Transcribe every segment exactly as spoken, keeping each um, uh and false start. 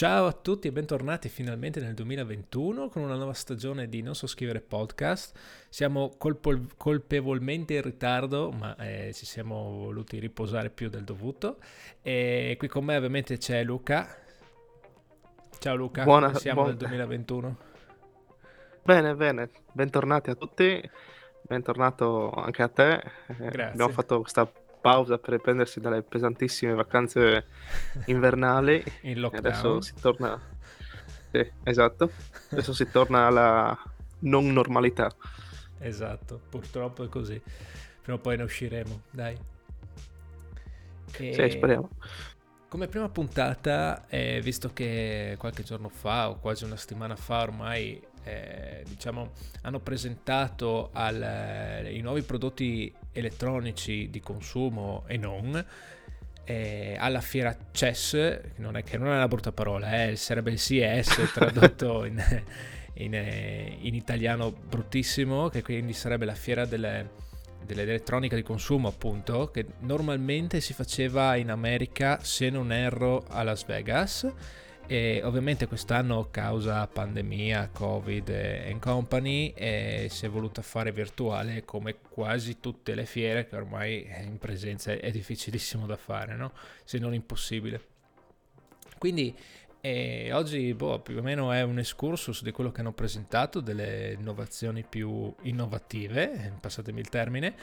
Ciao a tutti e bentornati finalmente nel duemilaventuno con una nuova stagione di Non so scrivere podcast. Siamo colpol- colpevolmente in ritardo, ma eh, ci siamo voluti riposare più del dovuto. E qui con me ovviamente c'è Luca. Ciao Luca, come Buona, siamo nel buon... duemilaventuno? Bene, bene, bentornati a tutti, bentornato anche a te. Eh, abbiamo Grazie. fatto questa pausa per riprendersi dalle pesantissime vacanze invernali In e adesso lockdown. si torna, sì, esatto, adesso si torna alla non normalità. Esatto, purtroppo è così. Prima o poi ne usciremo, dai. Sì, E speriamo. come prima puntata, eh, visto che qualche giorno fa o quasi una settimana fa ormai, eh, diciamo, hanno presentato al, eh, i nuovi prodotti elettronici di consumo e non, eh, alla fiera C E S, che non è, che non è una brutta parola, eh, sarebbe il C E S tradotto in, in, eh, in italiano bruttissimo, che quindi sarebbe la fiera delle dell'elettronica di consumo, appunto, che normalmente si faceva in America, se non erro, a Las Vegas. E ovviamente quest'anno, causa pandemia, Covid e company, eh, si è voluta fare virtuale, come quasi tutte le fiere, che ormai in presenza è difficilissimo da fare, no? Se non impossibile. Quindi e oggi boh, più o meno è un excursus di quello che hanno presentato, delle innovazioni più innovative, passatemi il termine,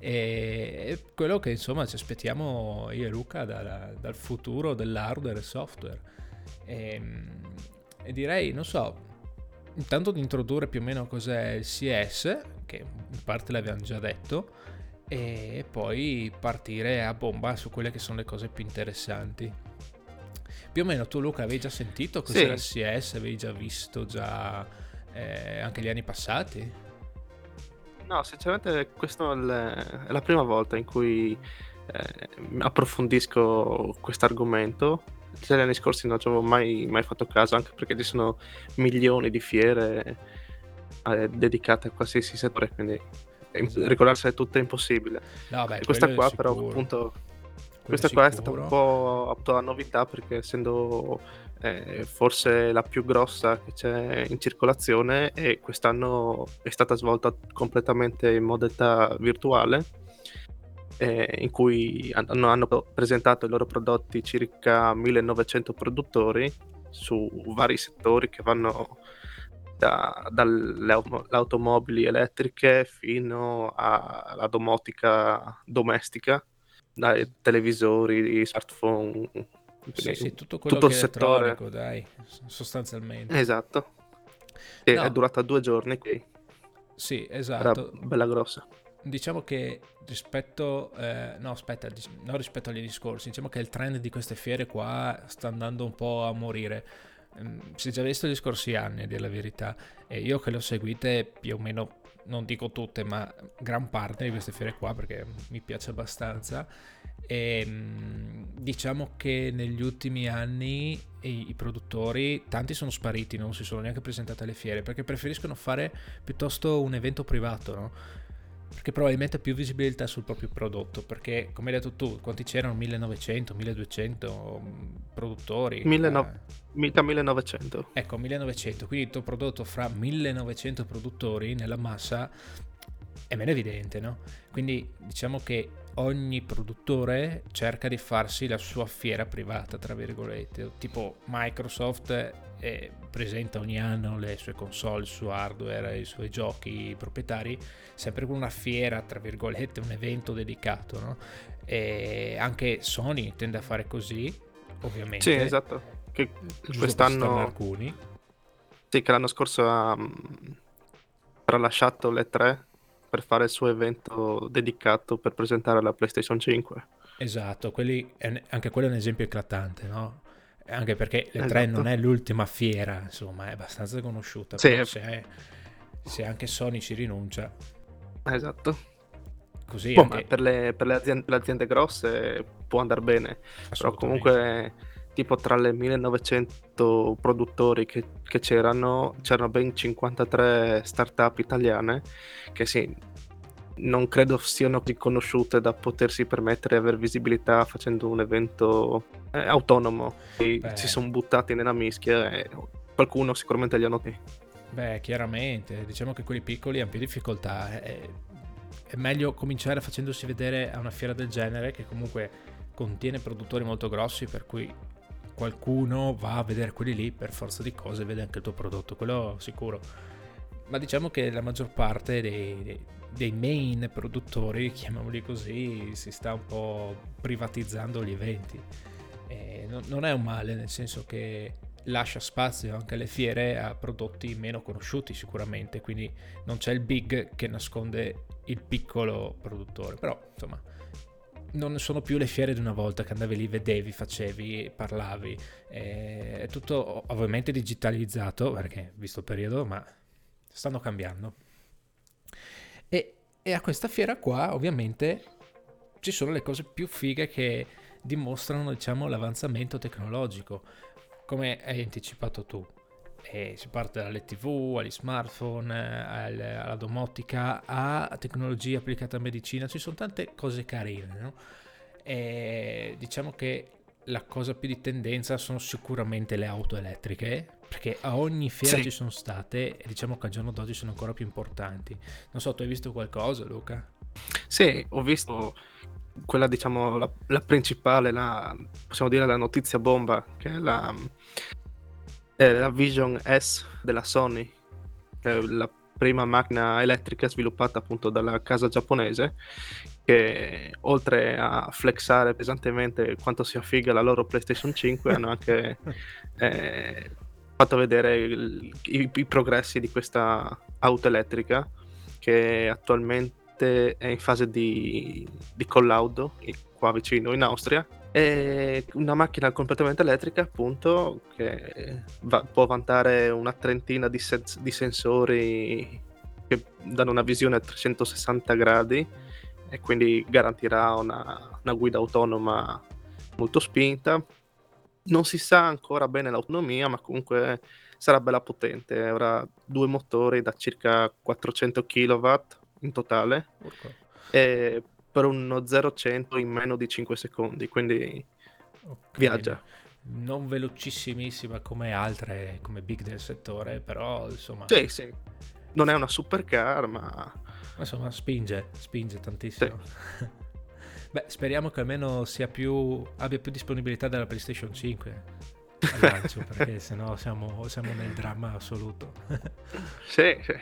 e quello che insomma ci aspettiamo io e Luca da, dal futuro dell'hardware e software. E, e direi, non so, intanto di introdurre più o meno cos'è il C E S, che in parte l'abbiamo già detto, e poi partire a bomba su quelle che sono le cose più interessanti. Più o meno tu Luca avevi già sentito cos'era il Sì, C S, avevi già visto già eh, anche gli anni passati? no, sinceramente questa è l- è la prima volta in cui eh, approfondisco questo argomento. Gli anni scorsi non ci avevo mai, mai fatto caso, anche perché ci sono milioni di fiere eh, dedicate a qualsiasi settore, quindi è im- Esatto. ricordarsene tutte è impossibile. No, beh, E questa quello è qua però sicuro, appunto, quello è questa qua è stata un sicuro. po' appunto la novità, perché essendo eh, forse la più grossa che c'è in circolazione, e quest'anno è stata svolta completamente in modalità virtuale, eh, in cui hanno, hanno presentato i loro prodotti circa millenovecento produttori su vari settori che vanno da- dalle auto- automobili elettriche fino alla domotica domestica, dai televisori, smartphone, Sì, quindi sì, tutto quello tutto che il è settore. elettronico, dai, sostanzialmente. Esatto. E è No, durata due giorni, quindi sì, era esatto. bella grossa. Diciamo che rispetto, eh, no aspetta, dic- non rispetto agli discorsi, diciamo che il trend di queste fiere qua sta andando un po' a morire. Ehm, Si è già visto gli scorsi anni, a dire la verità, e io che le ho seguite più o meno, non dico tutte, ma gran parte di queste fiere qua perché mi piace abbastanza. E mh, diciamo che negli ultimi anni i, i produttori, tanti sono spariti, non si sono neanche presentati alle fiere perché preferiscono fare piuttosto un evento privato, no? Perché probabilmente ha più visibilità sul proprio prodotto, perché come hai detto tu, quanti c'erano? millenovecento, milleduecento produttori? millenovecento, Ah, mica millenovecento. ecco, millenovecento, quindi il tuo prodotto fra millenovecento produttori nella massa è meno evidente, no? Quindi diciamo che ogni produttore cerca di farsi la sua fiera privata, tra virgolette, tipo Microsoft eh, presenta ogni anno le sue console, il suo hardware, i suoi giochi proprietari, sempre con una fiera, tra virgolette, un evento dedicato, no? E anche Sony tende a fare così, Sì, ovviamente, esatto. Che giusto per citarne quest'anno, alcuni. sì, che l'anno scorso ha mm, tralasciato le tre per fare il suo evento dedicato per presentare la PlayStation cinque. Esatto, quelli, anche quello è un esempio eclatante, no? Anche perché le tre non Esatto. è l'ultima fiera, insomma, è abbastanza conosciuta, Sì, però è- se, se anche Sony ci rinuncia, esatto. così Boh, ma anche per le, per le aziende, le aziende grosse può andare bene, però assolutamente. comunque tipo tra le millenovecento produttori che, che c'erano, c'erano ben cinquantatré start-up italiane che sì, non credo siano così conosciute da potersi permettere di aver visibilità facendo un evento eh, autonomo. E si Beh, sono buttati nella mischia e qualcuno sicuramente li ha notati. beh, chiaramente, diciamo che quelli piccoli hanno più difficoltà. È, è meglio cominciare facendosi vedere a una fiera del genere che comunque contiene produttori molto grossi, per cui qualcuno va a vedere quelli lì per forza di cose e vede anche il tuo prodotto, quello sicuro. Ma diciamo che la maggior parte dei, dei, dei main produttori, chiamiamoli così, si sta un po' privatizzando gli eventi. E non, non è un male, nel senso che lascia spazio anche alle fiere a prodotti meno conosciuti sicuramente, quindi non c'è il big che nasconde il piccolo produttore, però insomma non sono più le fiere di una volta che andavi lì, vedevi, facevi, parlavi, eh, è tutto ovviamente digitalizzato perché visto il periodo, ma stanno cambiando. E, e a questa fiera qua ovviamente ci sono le cose più fighe che dimostrano, diciamo, l'avanzamento tecnologico, come hai anticipato tu. E si parte dalle tivù, agli smartphone, al- alla domotica, a tecnologie applicate a medicina, ci sono tante cose carine, no? E diciamo che la cosa più di tendenza sono sicuramente le auto elettriche, perché a ogni fiera Sì, ci sono state e diciamo che al giorno d'oggi sono ancora più importanti. Non so, tu hai visto qualcosa, Luca? sì, ho visto quella, diciamo, la, la principale, la, possiamo dire la notizia bomba, che è la, è la Vision S della Sony, che è la prima macchina elettrica sviluppata appunto dalla casa giapponese, che oltre a flexare pesantemente quanto sia figa la loro PlayStation cinque, hanno anche eh, fatto vedere il- i, i progressi di questa auto elettrica, che attualmente è in fase di, di collaudo i- qua vicino in Austria. È una macchina completamente elettrica, appunto, che va- può vantare una trentina di, sens- di sensori che danno una visione a trecentosessanta gradi e quindi garantirà una, una guida autonoma molto spinta. Non si sa ancora bene l'autonomia, ma comunque sarà bella potente. Avrà due motori da circa quattrocento chilowatt in totale Urco. e per uno zero a cento in meno di cinque secondi, quindi Ok, no- viaggia. non velocissimissima come altre, come big del settore, però insomma, Sì, sì. Non è una supercar, ma insomma spinge, spinge sì. tantissimo. Beh, speriamo che almeno sia più, abbia più disponibilità della PlayStation cinque al lancio, perché sennò siamo, siamo nel dramma assoluto. Sì, sì.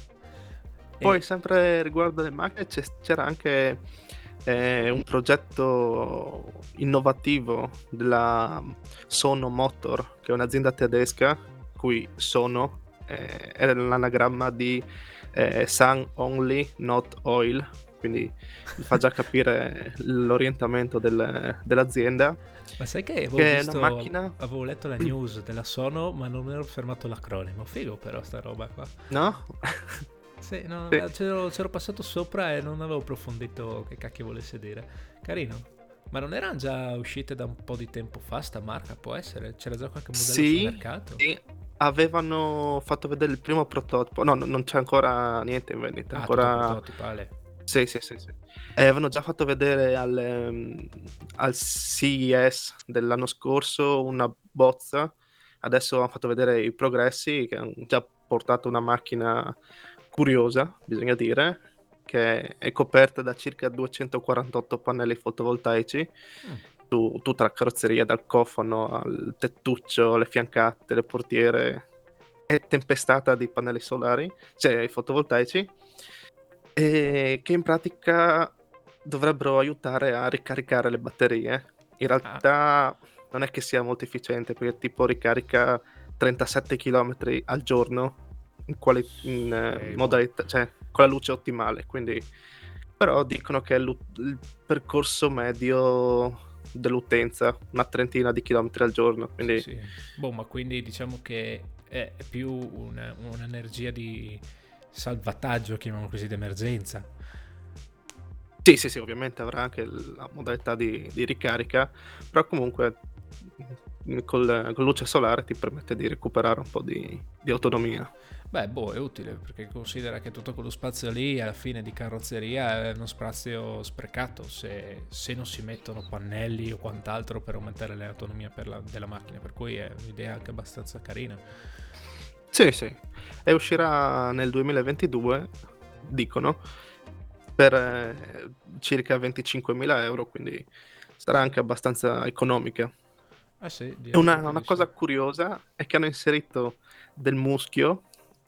Poi E sempre riguardo le macchine c'è- c'era anche eh, un progetto innovativo della Sono Motor, che è un'azienda tedesca, cui Sono eh, è l'anagramma di eh, Sun Only Not Oil, quindi vi fa già capire l'orientamento del- dell'azienda, ma sai che avevo che è una visto, macchina, avevo letto la news della Sono, ma non ero fermato l'acronimo. Figo però sta roba qua. no? Sì, no, Sì. c'ero, c'ero passato sopra e non avevo approfondito che cacchio volesse dire. Carino. Ma non erano già uscite da un po' di tempo fa sta marca? Può essere? C'era già qualche modello sul Sì, mercato? sì, avevano fatto vedere il primo prototipo. No, no, non c'è ancora niente in vendita, Ah, tutto ancora. prototipale. Sì, sì, sì, sì. E avevano già fatto vedere al, ehm, al C E S dell'anno scorso una bozza. Adesso hanno fatto vedere i progressi, che hanno già portato una macchina curiosa, bisogna dire, che è coperta da circa duecentoquarantotto pannelli fotovoltaici Mm. su tutta la carrozzeria, dal cofano al tettuccio, alle fiancate, le portiere. È tempestata di pannelli solari, cioè fotovoltaici, e che in pratica dovrebbero aiutare a ricaricare le batterie. In Ah, realtà non è che sia molto efficiente, perché tipo ricarica trentasette chilometri al giorno in, quali- in eh, ok, boh. modalità, cioè con la luce ottimale, quindi però dicono che è l'u- il percorso medio dell'utenza, una trentina di chilometri al giorno, Sì, quindi sì. Boh, ma quindi diciamo che è più una- un'energia di salvataggio, chiamiamolo così, d'emergenza. sì, sì, sì, ovviamente avrà anche la modalità di, di ricarica, però comunque mm, col- con luce solare ti permette di recuperare un po' di, di autonomia. Beh, boh, è utile perché considera che tutto quello spazio lì alla fine di carrozzeria è uno spazio sprecato se, se non si mettono pannelli o quant'altro per aumentare l'autonomia per la- della macchina, per cui è un'idea anche abbastanza carina. Sì, sì. E uscirà nel duemilaventidue, dicono, per eh, circa venticinquemila euro, quindi sarà anche abbastanza economica. Ah sì, E direi una, proprio una di sì. cosa curiosa è che hanno inserito del muschio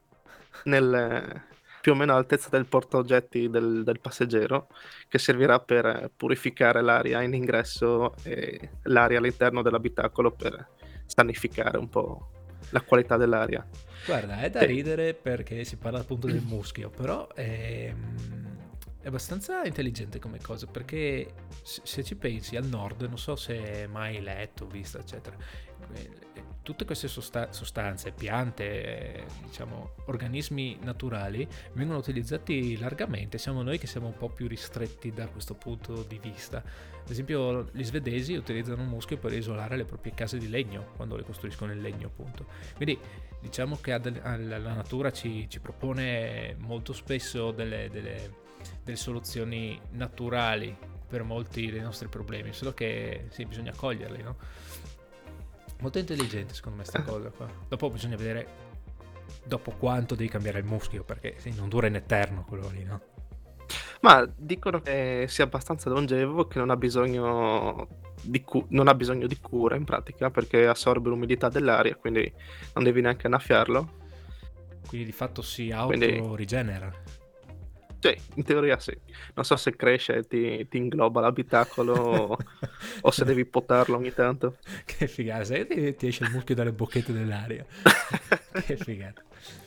nel, più o meno all'altezza del portaoggetti del, del passeggero, che servirà per purificare l'aria in ingresso e l'aria all'interno dell'abitacolo per sanificare un po' la qualità dell'aria. Guarda, è da E- ridere perché si parla appunto del muschio, però è, è abbastanza intelligente come cosa, perché se se ci pensi al nord, non so se hai mai letto, visto, eccetera, eh, tutte queste sosta- sostanze, piante, eh, diciamo, organismi naturali, vengono utilizzati largamente. Siamo noi che siamo un po' più ristretti da questo punto di vista. Ad esempio, gli svedesi utilizzano un muschio per isolare le proprie case di legno, quando le costruiscono in legno, appunto. Quindi diciamo che ad- alla- la natura ci, ci propone molto spesso delle, delle- delle soluzioni naturali per molti dei nostri problemi, solo che sì, bisogna coglierli, no? Molto intelligente secondo me sta cosa qua. Dopo bisogna vedere dopo quanto devi cambiare il muschio, perché sì, non dura in eterno quello lì, no? Ma dicono che sia abbastanza longevo, che non ha bisogno di, cu- non ha bisogno di cura in pratica, perché assorbe l'umidità dell'aria, quindi non devi neanche annaffiarlo. Quindi di fatto si Quindi auto-rigenera. sì, in teoria sì. Non so se cresce e ti, ti ingloba l'abitacolo o se devi potarlo ogni tanto. Che figata, sai, ti, ti esce il muschio dalle bocchette dell'aria. Che figata.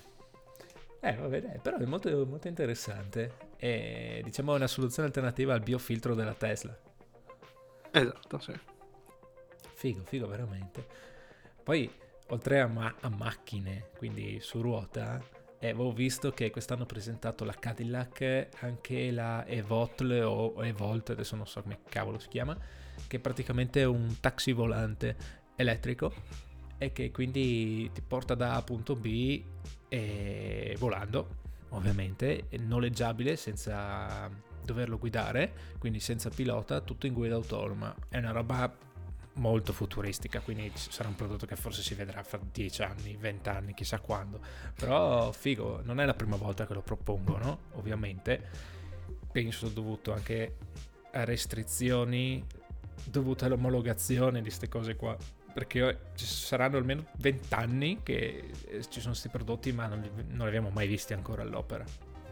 Eh, vabbè, dai, però è molto, molto interessante. È, diciamo, una soluzione alternativa al biofiltro della Tesla. Esatto, sì. Figo, figo, veramente. Poi, oltre a, ma- a macchine, quindi su ruota, eh, avevo visto che quest'anno ha presentato la Cadillac, anche la Evotle o Evolt, adesso non so come cavolo si chiama, che è praticamente un taxi volante elettrico e che quindi ti porta da A a punto B e volando, ovviamente, è noleggiabile senza doverlo guidare, quindi senza pilota, tutto in guida autonoma. È una roba molto futuristica, quindi sarà un prodotto che forse si vedrà fra dieci anni, venti anni, chissà quando. Però figo, non è la prima volta che lo propongono, ovviamente. Penso dovuto anche a restrizioni dovute all'omologazione di queste cose qua. Perché ci saranno almeno venti anni che ci sono questi prodotti, ma non li, non li abbiamo mai visti ancora all'opera.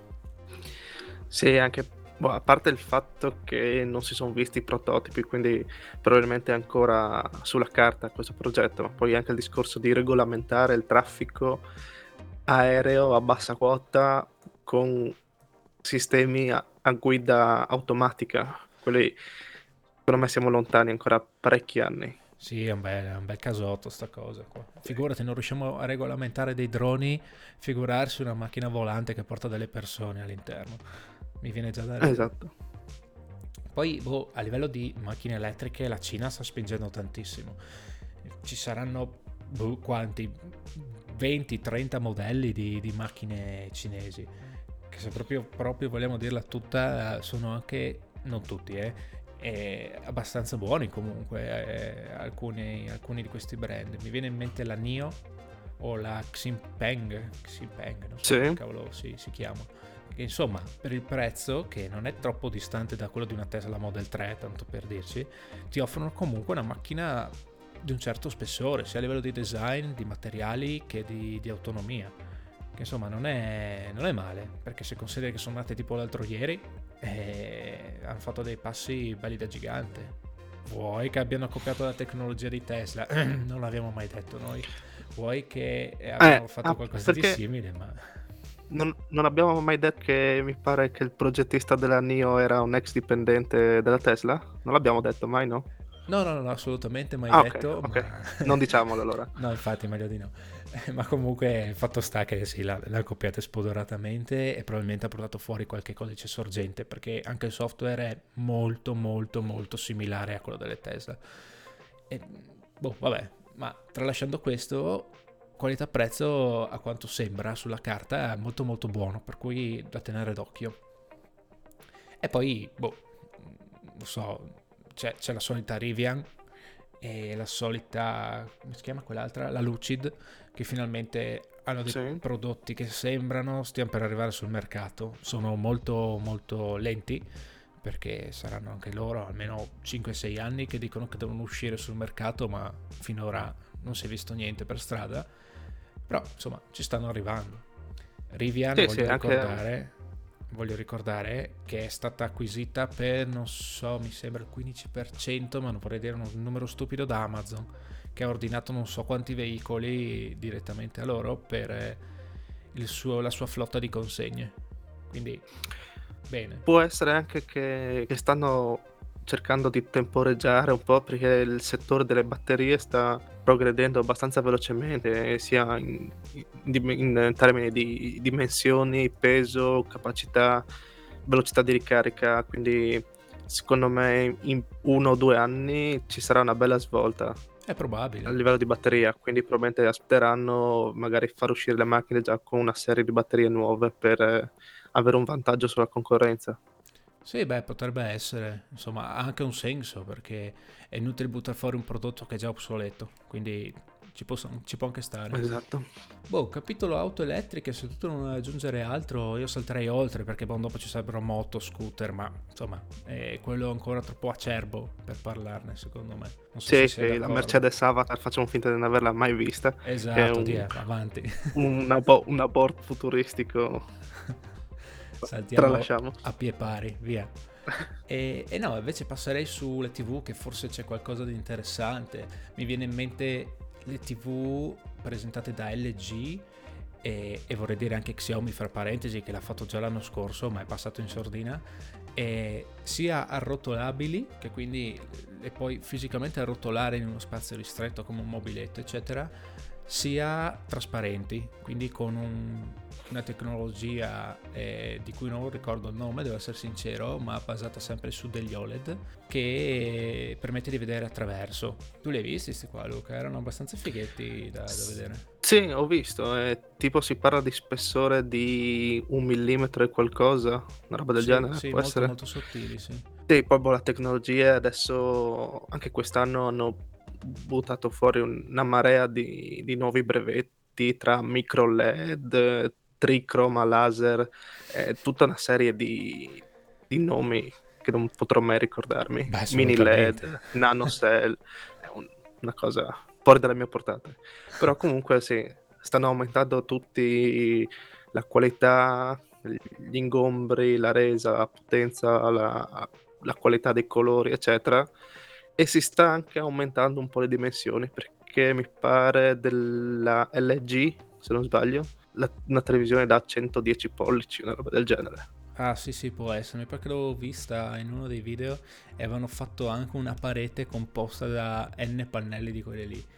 Sì, anche boh, a parte il fatto che non si sono visti i prototipi, quindi probabilmente è ancora sulla carta questo progetto, ma poi anche il discorso di regolamentare il traffico aereo a bassa quota con sistemi a, a guida automatica. Quelli, secondo me siamo lontani ancora parecchi anni. Sì, è un bel, è un bel casotto sta cosa qua. Figurati, non riusciamo a regolamentare dei droni, figurarsi una macchina volante che porta delle persone all'interno. Mi viene già da ridere. Esatto. Poi, boh, a livello di macchine elettriche, la Cina sta spingendo tantissimo. Ci saranno, boh, quanti? venti trenta modelli di, di macchine cinesi. Che se proprio, proprio vogliamo dirla tutta, sono anche, non tutti, eh, eh, abbastanza buoni comunque, eh, alcuni, alcuni di questi brand. Mi viene in mente la Nio o la Xinpeng, Xinpeng, non so come Sì. cavolo si, si chiama. Che insomma, per il prezzo, che non è troppo distante da quello di una Tesla Model tre, tanto per dirci, ti offrono comunque una macchina di un certo spessore, sia a livello di design, di materiali che di, di autonomia. Che insomma non è, non è male, perché se consideri che sono nate tipo l'altro ieri, eh, hanno fatto dei passi belli da gigante. Vuoi che abbiano copiato la tecnologia di Tesla? Non l'abbiamo mai detto noi. Vuoi che Eh, abbiano fatto ah, qualcosa di perché simile, ma... non, non abbiamo mai detto che mi pare che il progettista della Nio era un ex dipendente della Tesla? Non l'abbiamo detto mai, no? No, no, no, assolutamente mai Ah, ok, detto, ok. ma... Non diciamolo allora. No, infatti, meglio di no. Eh, Ma comunque il fatto sta che sì, l'ha, l'ha copiata spodoratamente e probabilmente ha portato fuori qualche codice sorgente, perché anche il software è molto, molto, molto similare a quello delle Tesla. E, boh, vabbè, ma tralasciando questo, qualità-prezzo, a quanto sembra sulla carta, è molto molto buono, per cui da tenere d'occhio. E poi, boh, non so, c'è, c'è la solita Rivian e la solita, come si chiama quell'altra? La Lucid, che finalmente hanno dei Sì. prodotti che sembrano stiano per arrivare sul mercato. Sono molto molto lenti, perché saranno anche loro almeno cinque sei anni che dicono che devono uscire sul mercato, ma finora non si è visto niente per strada. Però insomma ci stanno arrivando. Rivian, Sì, sì, voglio anche ricordare, voglio ricordare che è stata acquisita per, non so, mi sembra il quindici per cento, ma non vorrei dire un numero stupido, da Amazon, che ha ordinato non so quanti veicoli direttamente a loro per eh, il suo- la sua flotta di consegne. Quindi, bene. può essere anche che, che stanno cercando di temporeggiare un po', perché il settore delle batterie sta progredendo abbastanza velocemente, eh, sia in, in- in termini di dimensioni, peso, capacità, velocità di ricarica. Quindi secondo me in uno o due anni ci sarà una bella svolta È a probabile. livello di batteria, quindi probabilmente aspetteranno magari far uscire le macchine già con una serie di batterie nuove per eh, avere un vantaggio sulla concorrenza. Sì, beh, potrebbe essere, insomma, ha anche un senso, perché è inutile buttare fuori un prodotto che è già obsoleto, quindi ci, posso- ci può anche stare. Esatto. Boh, capitolo auto elettriche, se tu non aggiungere altro, io salterei oltre, perché poi dopo ci sarebbero moto, scooter, ma insomma, è quello ancora troppo acerbo per parlarne, secondo me. Non so se Sì, sei sì, la d'accordo. Mercedes Avatar facciamo finta di non averla mai vista, che è Esatto, un, via, avanti. un, abo- un aborto futuristico. Saltiamo Tralasciamo. a pie pari, via. E, e no, invece passerei sulle T V, che forse c'è qualcosa di interessante. Mi viene in mente le T V presentate da L G e, e vorrei dire anche Xiaomi, fra parentesi, che l'ha fatto già l'anno scorso, ma è passato in sordina. E sia arrotolabili, che quindi le puoi fisicamente arrotolare in uno spazio ristretto come un mobiletto, eccetera, sia trasparenti, quindi con un- una tecnologia eh, di cui non ricordo il nome, devo essere sincero, ma basata sempre su degli O L E D, che permette di vedere attraverso. Tu li hai visti questi qua, Luca? Erano abbastanza fighetti da, da vedere. Sì, ho visto, eh, tipo si parla di spessore di un millimetro e qualcosa, una roba del Sì, genere, sì, può molto essere? molto sottili, sì. Sì, poi boh, la tecnologia adesso, anche quest'anno hanno buttato fuori un- una marea di, di nuovi brevetti tra micro L E D, trichroma, laser, eh, tutta una serie di, di nomi che non potrò mai ricordarmi. Beh, Mini assolutamente. L E D, nanocell, è un- una cosa fuori dalla mia portata. Però comunque sì, stanno aumentando tutti la qualità, gli ingombri, la resa, la potenza, la, la qualità dei colori, eccetera. E si sta anche aumentando un po' le dimensioni, perché mi pare della L G, se non sbaglio, la- una televisione da centodieci pollici, una roba del genere. Ah, sì, sì, può essere. Mi pare che l'avevo vista in uno dei video e avevano fatto anche una parete composta da N pannelli di quelli lì.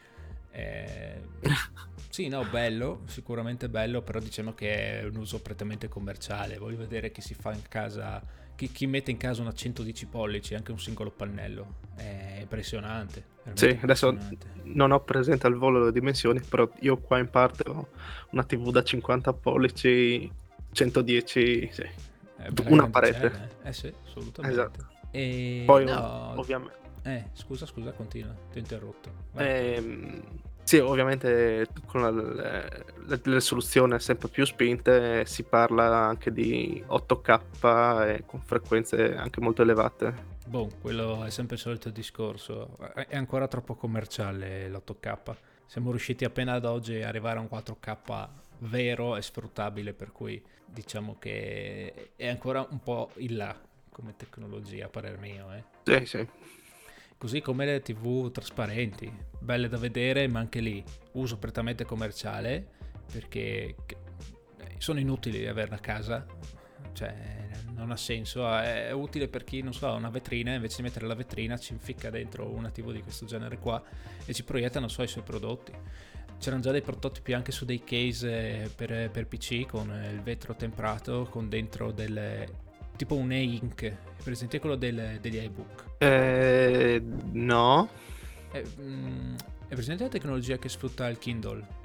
Eh, sì, no, bello, sicuramente bello, però diciamo che è un uso prettamente commerciale. Voglio vedere chi si fa in casa, chi, chi mette in casa una centodieci pollici, anche un singolo pannello. È impressionante, Sì, veramente adesso impressionante. non ho presente al volo le dimensioni, però io qua in parte ho una T V da cinquanta pollici, centodieci, sì, È bella una parete. grandicella, eh? Eh sì, assolutamente. Esatto. E Poi ov- no, ovviamente eh, scusa, scusa, continua, ti ho interrotto. Vai. Ehm, sì, ovviamente con la, le, le risoluzioni sempre più spinte si parla anche di otto K e con frequenze anche molto elevate. Boh, quello è sempre il solito discorso. È è ancora troppo commerciale l'otto K. Siamo riusciti appena ad oggi ad arrivare a un quattro K vero e sfruttabile, per cui diciamo che è ancora un po' in là come tecnologia, a parer mio, eh. Sì, sì. Così come le T V trasparenti, belle da vedere, ma anche lì uso prettamente commerciale, perché che- sono inutili averla a casa, cioè non ha senso. È utile per chi, non so, ha una vetrina, invece di mettere la vetrina ci inficca dentro una T V di questo genere qua e ci proietta, non so, i suoi prodotti. C'erano già dei prototipi anche su dei case eh, per, per P C con eh, il vetro temprato, con dentro del tipo un e-ink. È presente quello del- degli iBook? Eh, no. È, mm, è presente la tecnologia che sfrutta il Kindle?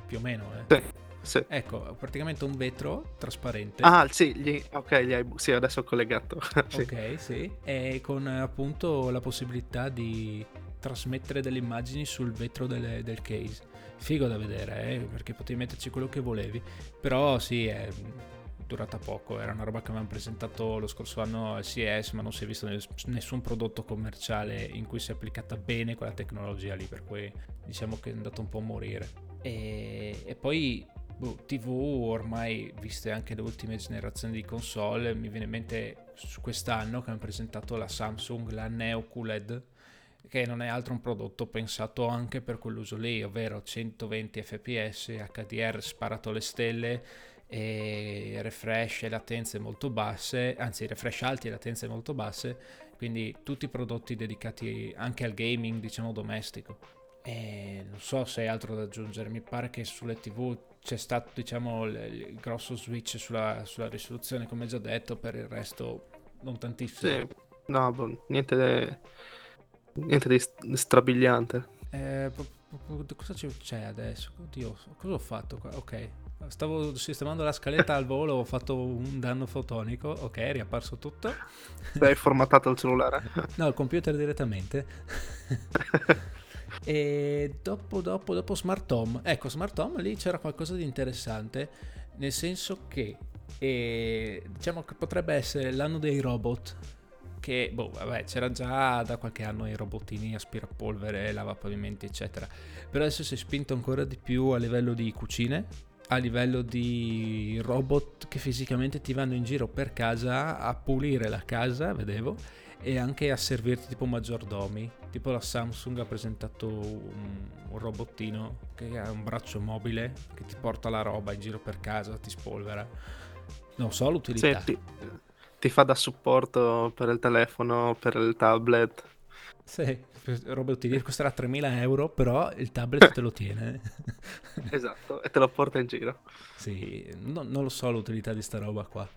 più o meno. Eh. Sì, sì. Ecco, praticamente un vetro trasparente. Ah, sì, gli... ok, gli hai... sì, adesso ho collegato. Sì. Ok, sì. E con eh, appunto la possibilità di trasmettere delle immagini sul vetro delle- del case. Figo da vedere, eh, perché potevi metterci quello che volevi. Però sì, è durata poco. Era una roba che avevamo presentato lo scorso anno al C E S, ma non si è visto nes- nessun prodotto commerciale in cui si è applicata bene quella tecnologia lì, per cui diciamo che è andato un po' a morire. E, e poi boh, T V ormai, viste anche le ultime generazioni di console, mi viene in mente su quest'anno che hanno presentato la Samsung, la Neo Q L E D, che non è altro un prodotto pensato anche per quell'uso lì, ovvero centoventi F P S, H D R sparato alle stelle, e refresh e latenze molto basse, anzi refresh alti e latenze molto basse, quindi tutti prodotti dedicati anche al gaming, diciamo, domestico. E non so se hai altro da aggiungere, mi pare che sulle tv c'è stato, diciamo, il, il grosso switch sulla, sulla risoluzione, come già detto. Per il resto non tantissimo. Sì, no, boh, niente, niente di st- strabiliante. Eh, po- po- po- cosa ci- c'è adesso? Oddio, cosa ho fatto qua? Ok, stavo sistemando la scaletta al volo, ho fatto un danno fotonico. Ok, è riapparso tutto. Hai formattato il cellulare? No, il computer direttamente. E dopo, dopo, dopo Smart Home, ecco, Smart Home lì c'era qualcosa di interessante, nel senso che eh, diciamo che potrebbe essere l'anno dei robot, che boh, vabbè, c'era già da qualche anno i robottini aspirapolvere, lavapavimenti, eccetera, però adesso si è spinto ancora di più a livello di cucine, a livello di robot che fisicamente ti vanno in giro per casa a pulire la casa, vedevo, e anche a servirti tipo maggiordomi. Tipo la Samsung ha presentato un, un robottino che ha un braccio mobile che ti porta la roba in giro per casa, ti spolvera. Non so Sì, l'utilità. ti, ti fa da supporto per il telefono, per il tablet. Sì, roba utili, costerà tremila euro, però il tablet te lo tiene. Esatto, e te lo porta in giro. Sì, no- non lo so l'utilità di sta roba qua.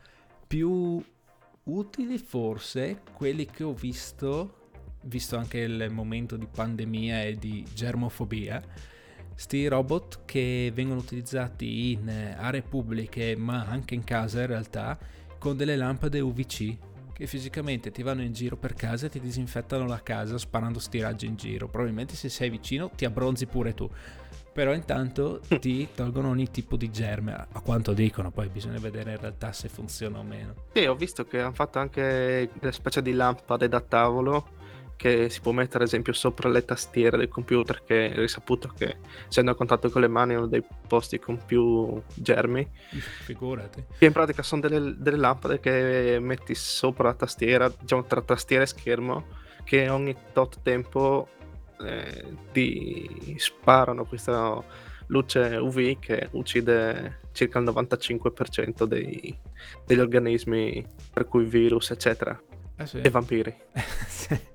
Più utili forse quelli che ho visto, visto anche il momento di pandemia e di germofobia, sti robot che vengono utilizzati in eh, aree pubbliche, ma anche in casa in realtà, con delle lampade U V C che fisicamente ti vanno in giro per casa e ti disinfettano la casa sparando sti raggi in giro. Probabilmente se sei vicino ti abbronzi pure tu, però intanto ti tolgono ogni tipo di germe, a a quanto dicono, poi bisogna vedere in realtà se funziona o meno. Sì, ho visto che hanno fatto anche delle specie di lampade da tavolo che si può mettere ad esempio sopra le tastiere del computer, che è risaputo che essendo a contatto con le mani è uno dei posti con più germi. Figurati. Che in pratica sono delle, delle lampade che metti sopra la tastiera, diciamo tra tastiera e schermo, che ogni tot tempo eh, ti sparano questa luce U V che uccide circa il novantacinque per cento dei, degli organismi, per cui virus, eccetera, Eh sì. e vampiri. Sì.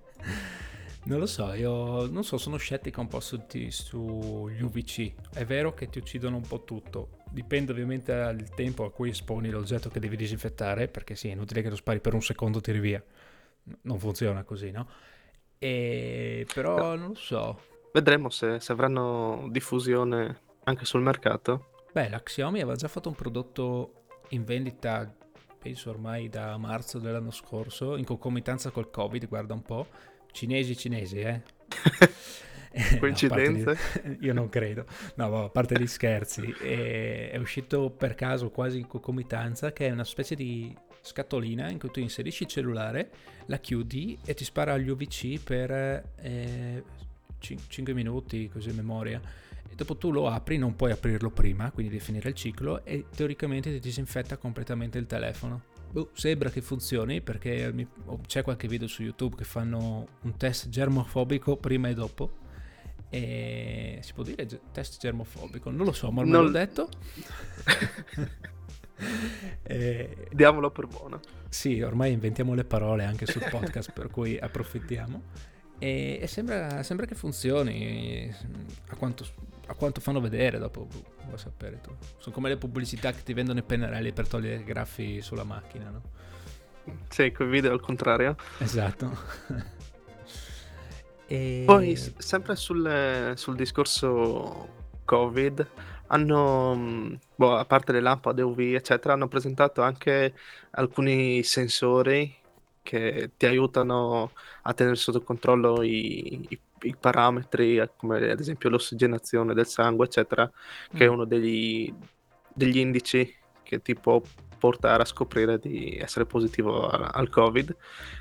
Non lo so, io non so, sono scettico un po' su, ti- sugli U V C. È vero che ti uccidono un po' tutto, dipende ovviamente dal tempo a cui esponi l'oggetto che devi disinfettare, perché sì, è inutile che lo spari per un secondo e tiri via. N- Non funziona così, no? E No, però non lo so. vedremo se, se avranno diffusione anche sul mercato. Beh, la Xiaomi aveva già fatto un prodotto in vendita, penso ormai da marzo dell'anno scorso, in concomitanza col Covid, guarda un po'. Cinesi cinesi, eh? Eh, no, a parte gli- Coincidenze? io non credo. No, ma a parte gli scherzi, è, è uscito per caso quasi in concomitanza, che è una specie di scatolina in cui tu inserisci il cellulare, la chiudi e ti spara gli U V C per eh, cinque minuti, così in memoria. E dopo tu lo apri, non puoi aprirlo prima, quindi devi finire il ciclo e teoricamente ti disinfetta completamente il telefono. Boh, sembra che funzioni perché mi- oh, c'è qualche video su YouTube che fanno un test germofobico prima e dopo. E si può dire ge- test germofobico? Non lo so, ma me l'ho Non... detto. E- Diamolo per buono. sì, ormai inventiamo le parole anche sul podcast, per cui approfittiamo. E, e sembra, sembra che funzioni a quanto, a quanto fanno vedere. Dopo boh, vuoi sapere tu. Sono come le pubblicità che ti vendono i pennarelli per togliere i graffi sulla macchina, no? Sì, quei video al contrario. Esatto. Poi, E s- sempre sul, sul discorso Covid, hanno, mh, boh, a parte le lampade U V, eccetera, hanno presentato anche alcuni sensori che ti aiutano a tenere sotto controllo i, i- i parametri, eh, come ad esempio l'ossigenazione del sangue, eccetera, che è Mm, uno degli, degli indici che ti può portare a scoprire di essere positivo a- al Covid.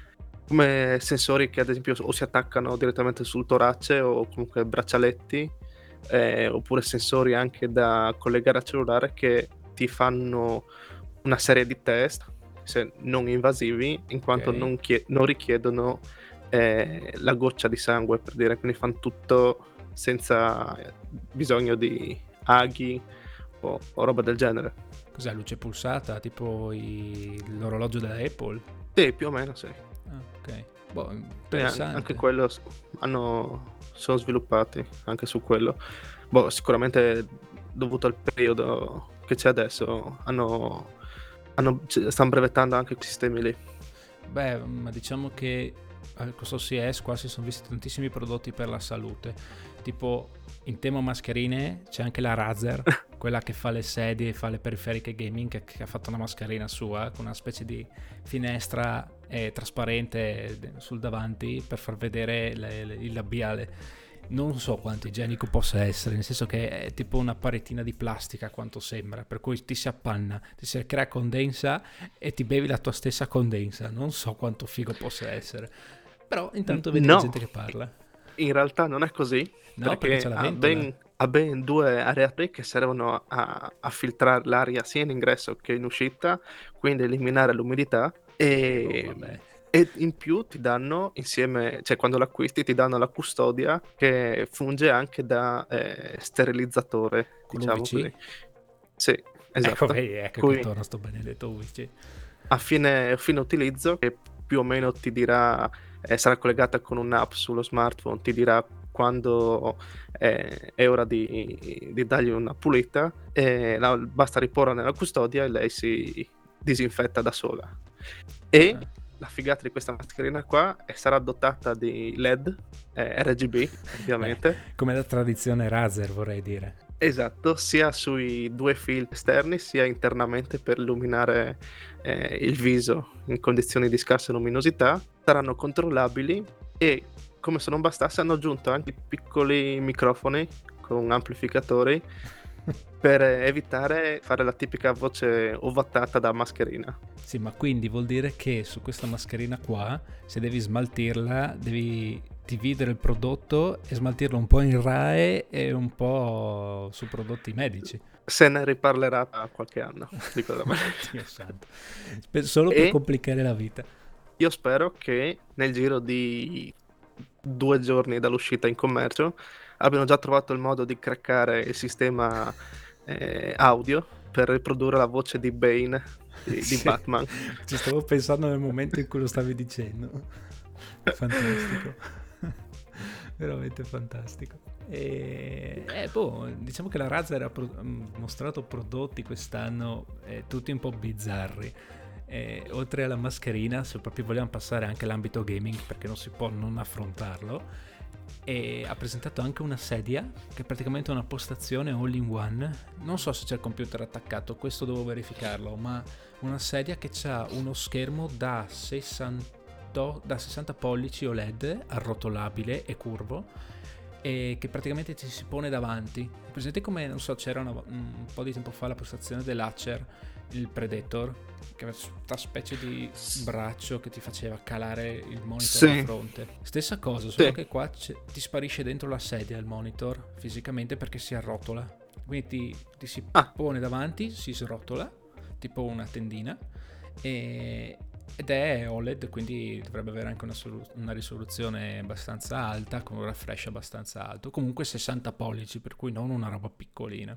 Come sensori che ad esempio o si attaccano direttamente sul torace o comunque braccialetti, eh, oppure sensori anche da collegare al cellulare che ti fanno una serie di test, se non invasivi, in quanto ok. non, chie- non richiedono eh, la goccia di sangue, per dire, quindi fanno tutto senza eh, bisogno di aghi o, o roba del genere. Cos'è, luce pulsata, tipo i- l'orologio della Apple? Sì, più o meno sì. Ah, ok. Boh, Quindi an- anche interessante. quello s- hanno, sono sviluppati anche su quello. Boh, sicuramente dovuto al periodo che c'è adesso, hanno, hanno- c- stanno brevettando anche quei sistemi lì. Beh, ma diciamo che a questo C E S qua si sono visti tantissimi prodotti per la salute. Tipo, in tema mascherine c'è anche la Razer, quella che fa le sedie e fa le periferiche gaming, che, che ha fatto una mascherina sua con una specie di finestra eh, trasparente de- sul davanti per far vedere le- le- il labiale. Non so quanto igienico possa essere, nel senso che è tipo una paretina di plastica, quanto sembra, per cui ti si appanna, ti si crea condensa e ti bevi la tua stessa condensa. Non so quanto figo possa essere, però N- intanto vedi la no, gente che parla. in realtà non è così, No, perché c'è perché la ha ventola. ben, ha ben due areapri che servono a, a filtrare l'aria sia in ingresso che in uscita, quindi eliminare l'umidità Oh, e, vabbè. e in più ti danno insieme, cioè quando l'acquisti ti danno la custodia che funge anche da eh, sterilizzatore, Con diciamo l'U V C? così. Sì, Ecco, esatto. vedi, ecco che Cui torna sto benedetto U V C. a fine, a fine utilizzo, che più o meno ti dirà, eh, sarà collegata con un'app sullo smartphone, ti dirà quando eh, è ora di, di dargli una pulita, e la- basta riporla nella custodia e lei si disinfetta da sola. E Ah. la figata di questa mascherina qua è sarà dotata di L E D, eh, R G B, Beh, ovviamente. come la tradizione Razer, vorrei dire. Esatto, sia sui due fil esterni sia internamente per illuminare eh, il viso in condizioni di scarsa luminosità. Saranno controllabili e, come se non bastasse, hanno aggiunto anche piccoli microfoni con amplificatori per eh, evitare fare la tipica voce ovattata da mascherina. Sì, ma quindi vuol dire che su questa mascherina qua, se devi smaltirla, devi dividere il prodotto e smaltirlo un po' in R A E e un po' su prodotti medici. Se ne riparlerà tra qualche anno di quella maniera. Dio santo. Per- Solo per E complicare la vita. io spero che nel giro di due giorni dall'uscita in commercio abbiano già trovato il modo di craccare il sistema eh, audio per riprodurre la voce di Bane di, di Sì, Batman. ci stavo pensando nel momento in cui lo stavi dicendo. Fantastico. Veramente fantastico. E eh, boh, diciamo che la Razer ha pro- mostrato prodotti quest'anno eh, tutti un po' bizzarri. Eh, oltre alla mascherina, se proprio vogliamo passare anche all'ambito gaming, perché non si può non affrontarlo, e ha presentato anche una sedia che è praticamente una postazione all in one. Non so se c'è il computer attaccato, questo devo verificarlo, ma una sedia che ha uno schermo da sessanta, da sessanta pollici O L E D arrotolabile e curvo e che praticamente ti si pone davanti. Presente come, non so, c'era una, un po' di tempo fa la postazione dell'Acer, il Predator, che aveva questa specie di braccio che ti faceva calare il monitor alla Sì, fronte. Stessa cosa, solo sì. che qua c'è- ti sparisce dentro la sedia il monitor fisicamente perché si arrotola. Quindi ti, ti si Ah, pone davanti, si srotola, tipo una tendina, e, ed è O L E D, quindi dovrebbe avere anche una, solu- una risoluzione abbastanza alta, con un refresh abbastanza alto. Comunque sessanta pollici, per cui non una roba piccolina.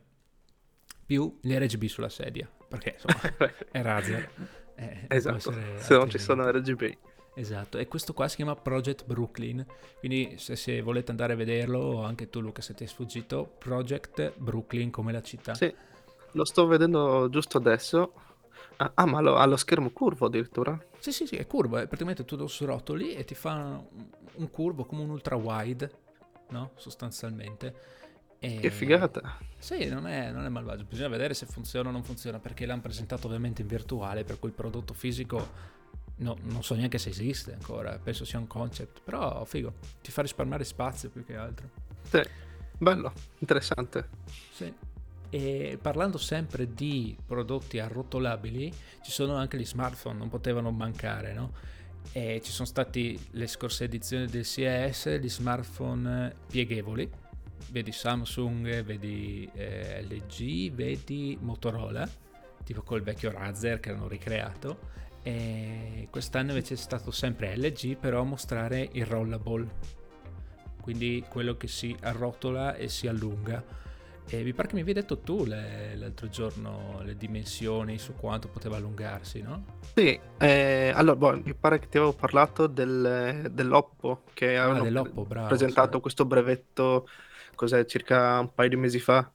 Più l'R G B sulla sedia, perché insomma è Razer, eh, non può esatto, essere se non ci sono altrimenti. R G B. Esatto, e questo qua si chiama Project Brooklyn, quindi se, se volete andare a vederlo, o anche tu Luca se ti è sfuggito, Project Brooklyn come la città. Sì, lo sto vedendo giusto adesso. Ah, ah, ma lo- ha lo schermo curvo addirittura. Sì, sì, sì, è curvo, è praticamente tu lo srotoli e ti fa un, un curvo come un ultra wide, no? Sostanzialmente. Che E figata. sì, non è, non è malvagio, bisogna vedere se funziona o non funziona, perché l'hanno presentato ovviamente in virtuale, per cui il prodotto fisico no, non so neanche se esiste ancora, penso sia un concept, però figo, ti fa risparmiare spazio più che altro. Sì, bello, interessante. Sì. E parlando sempre di prodotti arrotolabili, ci sono anche gli smartphone, non potevano mancare, no? E ci sono stati le scorse edizioni del C E S, gli smartphone pieghevoli, vedi Samsung, vedi eh, L G, vedi Motorola, tipo col vecchio Razer che hanno ricreato, e quest'anno invece è stato sempre L G però a mostrare il rollable, quindi quello che si arrotola e si allunga. E mi pare che mi avevi detto tu le, l'altro giorno le dimensioni su quanto poteva allungarsi, no? Sì, eh, allora, boh, mi pare che ti avevo parlato del, dell'Oppo, che Ah, avevano pre- dell'Oppo, bravo, sì. presentato questo brevetto, cos'è, circa un paio di mesi fa.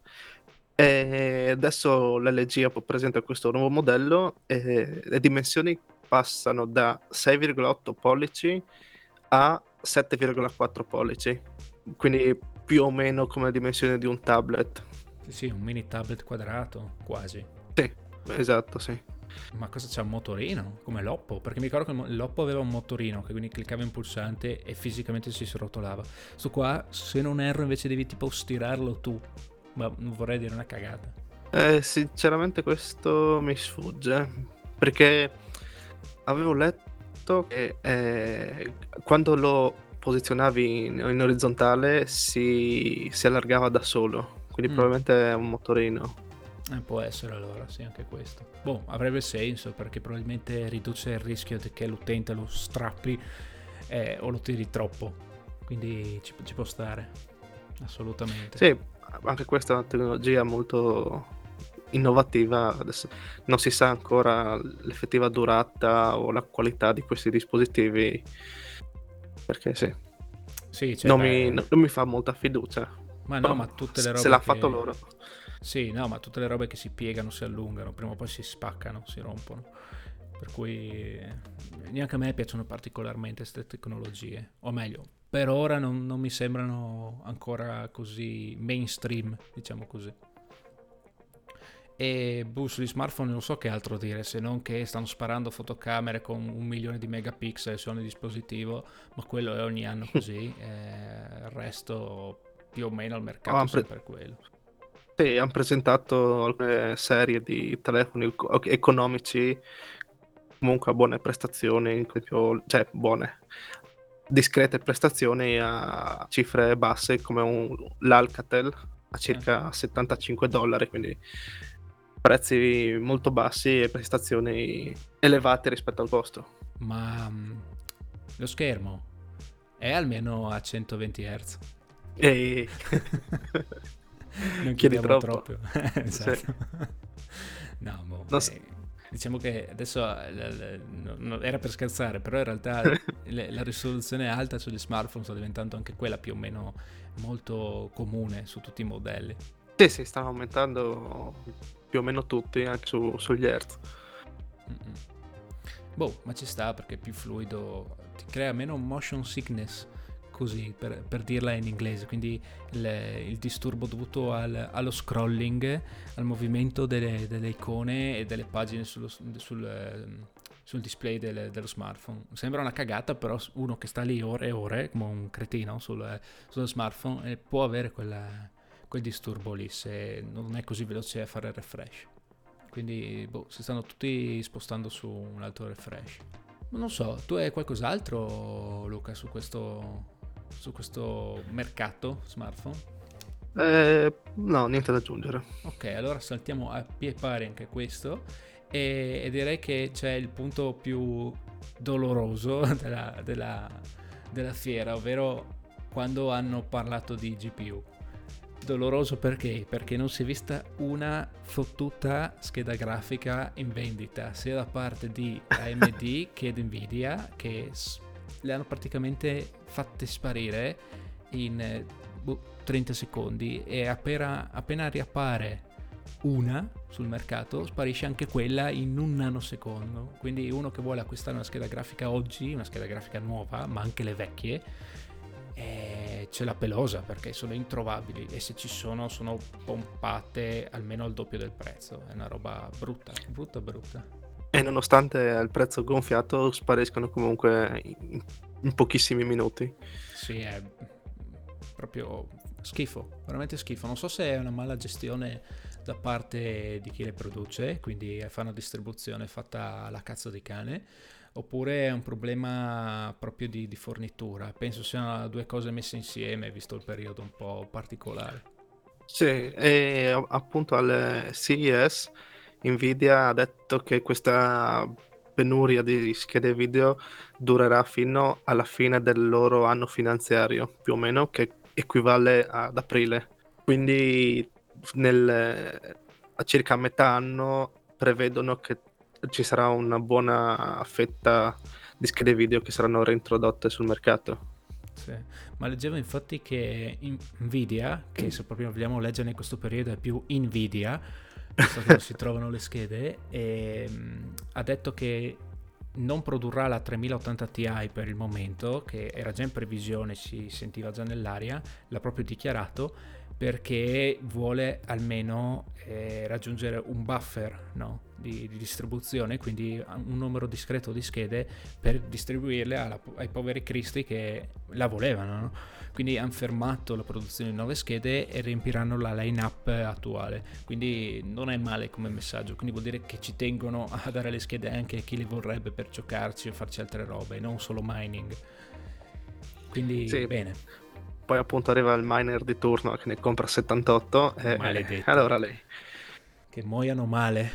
E adesso l'L G Apple presenta questo nuovo modello e le dimensioni passano da sei virgola otto pollici a sette virgola quattro pollici, quindi più o meno come la dimensione di un tablet. Sì, sì, un mini tablet quadrato, quasi. Sì, esatto, sì. Ma cosa c'è, un motorino? Come l'Oppo? Perché mi ricordo che mo- l'Oppo aveva un motorino che quindi cliccava in pulsante e fisicamente si srotolava. Sto qua, se non erro, invece devi tipo stirarlo tu. Ma non vorrei dire una cagata. Eh, sinceramente questo mi sfugge, perché avevo letto che eh, quando lo posizionavi in, in orizzontale si, si allargava da solo, quindi Mm. probabilmente è un motorino. Eh, può essere allora, sì, anche questo. Boh, avrebbe senso perché probabilmente riduce il rischio di che l'utente lo strappi eh, o lo tiri troppo. Quindi ci, ci può stare, assolutamente. Sì, anche questa è una tecnologia molto innovativa. Adesso non si sa ancora l'effettiva durata o la qualità di questi dispositivi, perché sì, Sì, cioè, non mi, beh, non mi fa molta fiducia. ma no, Però ma tutte le se robe l'ha fatto che... loro. Sì, no, ma tutte le robe che si piegano, si allungano, prima o poi si spaccano, si rompono. Per cui eh, neanche a me piacciono particolarmente queste tecnologie. O meglio, per ora non, non mi sembrano ancora così mainstream, diciamo così. E boh, sugli smartphone non so che altro dire, se non che stanno sparando fotocamere con un milione di megapixel su ogni dispositivo, ma quello è ogni anno così, eh, il resto più o meno al mercato è Han pre- sempre quello. sì, han presentato alcune serie di telefoni eco- economici comunque a buone prestazioni, proprio- cioè buone, discrete prestazioni a cifre basse come un, l'Alcatel a Sì. circa settantacinque dollari, quindi prezzi molto bassi e prestazioni elevate rispetto al costo. Ma mm, lo schermo è almeno a centoventi hertz. E Non chiedi chiediamo troppo. troppo. Sì. Esatto. No, boh, Non so- eh, diciamo che adesso eh, l- l- no- no- era per scherzare, però in realtà le- la risoluzione alta sugli smartphone sta diventando anche quella più o meno molto comune su tutti i modelli. Sì, sì, stanno aumentando più o meno tutti anche su- sugli Hertz. Mm-mm. Boh, ma ci sta perché è più fluido, ti crea meno motion sickness, così per, per dirla in inglese, quindi il, il disturbo dovuto al- allo scrolling, al movimento delle, delle icone e delle pagine sullo, sul, ehm, sul display del- dello smartphone. Sembra una cagata, però uno che sta lì ore e ore, come un cretino sul, sullo smartphone, eh, può avere quella- quel disturbo lì se non è così veloce a fare il refresh. Quindi boh, si stanno tutti spostando su un altro refresh. Ma non so, tu hai qualcos'altro, Luca, su questo, su questo mercato smartphone? Eh, no, niente da aggiungere. Ok, allora saltiamo a pie pari anche questo e, e direi che c'è il punto più doloroso della, della, della fiera, ovvero quando hanno parlato di G P U. Doloroso perché? Perché non si è vista una fottuta scheda grafica in vendita, sia da parte di A M D che di Nvidia, che s- le hanno praticamente fatte sparire in eh, boh, trenta secondi e appena, appena riappare una sul mercato, sparisce anche quella in un nanosecondo. Quindi uno che vuole acquistare una scheda grafica oggi, una scheda grafica nuova, ma anche le vecchie, eh, c'è la pelosa perché sono introvabili, e se ci sono sono pompate almeno al doppio del prezzo. È una roba brutta, brutta, brutta. E nonostante il prezzo gonfiato, spariscono comunque in, in pochissimi minuti. Sì, è proprio schifo, veramente schifo. Non so se è una mala gestione da parte di chi le produce, quindi fa una distribuzione fatta alla cazzo di cane, oppure è un problema proprio di, di fornitura. Penso siano due cose messe insieme, visto il periodo un po' particolare. Sì, e a- appunto al C E S Nvidia ha detto che questa penuria di schede video durerà fino alla fine del loro anno finanziario, più o meno, che equivale ad aprile. Quindi nel, a circa metà anno prevedono che ci sarà una buona fetta di schede video che saranno reintrodotte sul mercato. Sì. Ma leggevo infatti che Nvidia, che se proprio vogliamo leggere in questo periodo è più Nvidia, visto che non si trovano le schede, e, mh, ha detto che non produrrà la tremila ottanta Ti per il momento, che era già in previsione, si sentiva già nell'aria, l'ha proprio dichiarato, perché vuole almeno eh, raggiungere un buffer, no? di, di distribuzione, quindi un numero discreto di schede per distribuirle alla, ai poveri cristi che la volevano, no? Quindi hanno fermato la produzione di nuove schede e riempiranno la line-up attuale, quindi non è male come messaggio, quindi vuol dire che ci tengono a dare le schede anche a chi le vorrebbe per giocarci o farci altre robe, non solo mining, quindi Sì, bene. poi appunto arriva il miner di turno che ne compra settantotto e Maledetti, allora lei. che muoiano male,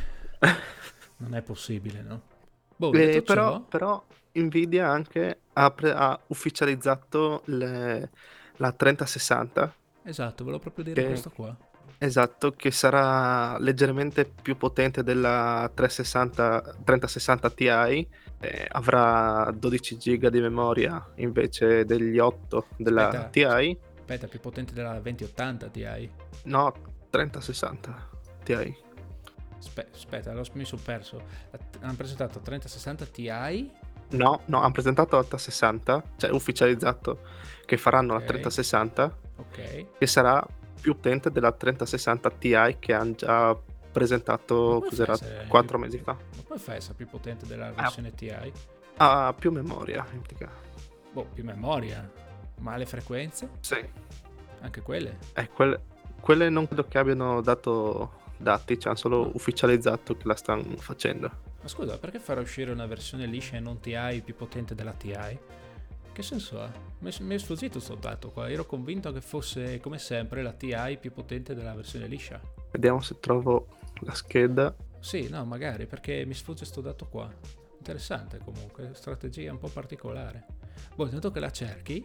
non è possibile, no? Boh, Eh, detto però, ciò, però Nvidia anche ha, pre- ha ufficializzato le- la trenta sessanta, esatto, volevo proprio dire che, questo qua. esatto, che sarà leggermente più potente della trecentosessanta trenta sessanta Ti, eh, avrà dodici giga di memoria invece degli otto della Aspetta, Ti. aspetta, più potente della venti ottanta Ti. No, trenta sessanta Ti. Aspe- aspetta, allora mi sono perso. Hanno presentato trenta sessanta Ti. No, no, hanno presentato la trenta sessanta, cioè ufficializzato che faranno la Ok, trenta sessanta, ok. che sarà più potente della trenta sessanta Ti che hanno già Ma presentato, come fa a cos'era, essere più, quattro mesi fa. ma come fa a essere più potente della Ha, versione Ti? ha più memoria, in pratica. Boh, più memoria. Ma le frequenze? Sì, Anche quelle? eh, quelle, quelle non credo che abbiano dato dati, ci hanno solo Ah, ufficializzato che la stanno facendo. ma scusa, perché fare uscire una versione liscia e non Ti più potente della Ti? Che senso ha? Mi è, mi è sfuggito sto dato qua. Ero convinto che fosse, come sempre, la Ti più potente della versione liscia. Vediamo se trovo la scheda. Sì, no, magari, perché mi sfugge sto dato qua. Interessante comunque, strategia un po' particolare. Boh, intanto che la cerchi,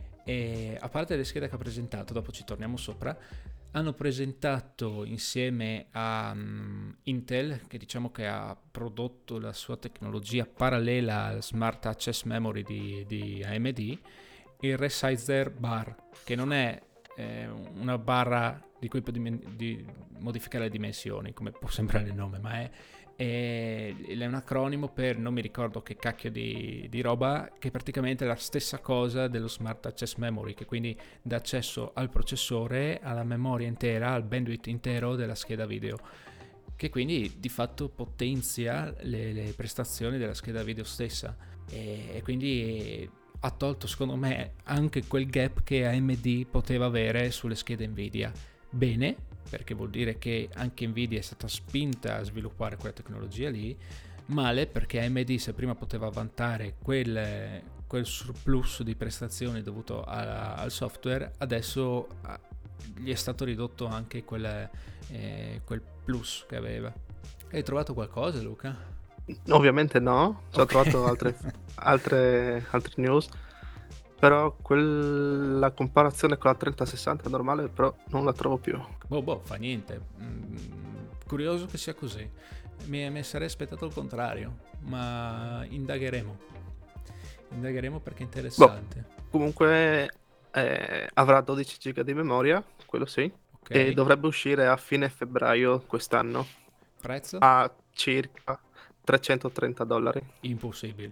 e a parte le schede che ha presentato, dopo ci torniamo sopra, hanno presentato insieme a um, Intel, che diciamo che ha prodotto la sua tecnologia parallela al Smart Access Memory di, di A M D, il Resizer Bar, che non è eh, una barra di cui puoi dimen- di modificare le dimensioni, come può sembrare il nome, ma è, è, è un acronimo per non mi ricordo che cacchio di, di roba, che praticamente è la stessa cosa dello Smart Access Memory, che quindi dà accesso al processore, alla memoria intera, al bandwidth intero della scheda video, che quindi di fatto potenzia le, le prestazioni della scheda video stessa, e, e quindi ha tolto secondo me anche quel gap che A M D poteva avere sulle schede Nvidia. Bene, perché vuol dire che anche Nvidia è stata spinta a sviluppare quella tecnologia lì. Male perché A M D, se prima poteva vantare quel, quel surplus di prestazioni dovuto a, al software, adesso a, gli è stato ridotto anche quel, eh, quel plus che aveva. Hai trovato qualcosa, Luca? Ovviamente no, ci ho Ok. trovato altre, altre, altre news, però quella comparazione con la trenta sessanta normale però non la trovo più. Boh, boh, fa niente. Mm, curioso che sia così. Mi, mi sarei aspettato il contrario, ma indagheremo. Indagheremo perché è Boh, interessante. comunque eh, avrà dodici giga di memoria, quello sì, e Ok, dovrebbe uscire a fine febbraio quest'anno prezzo? a circa trecentotrenta dollari. Impossibile.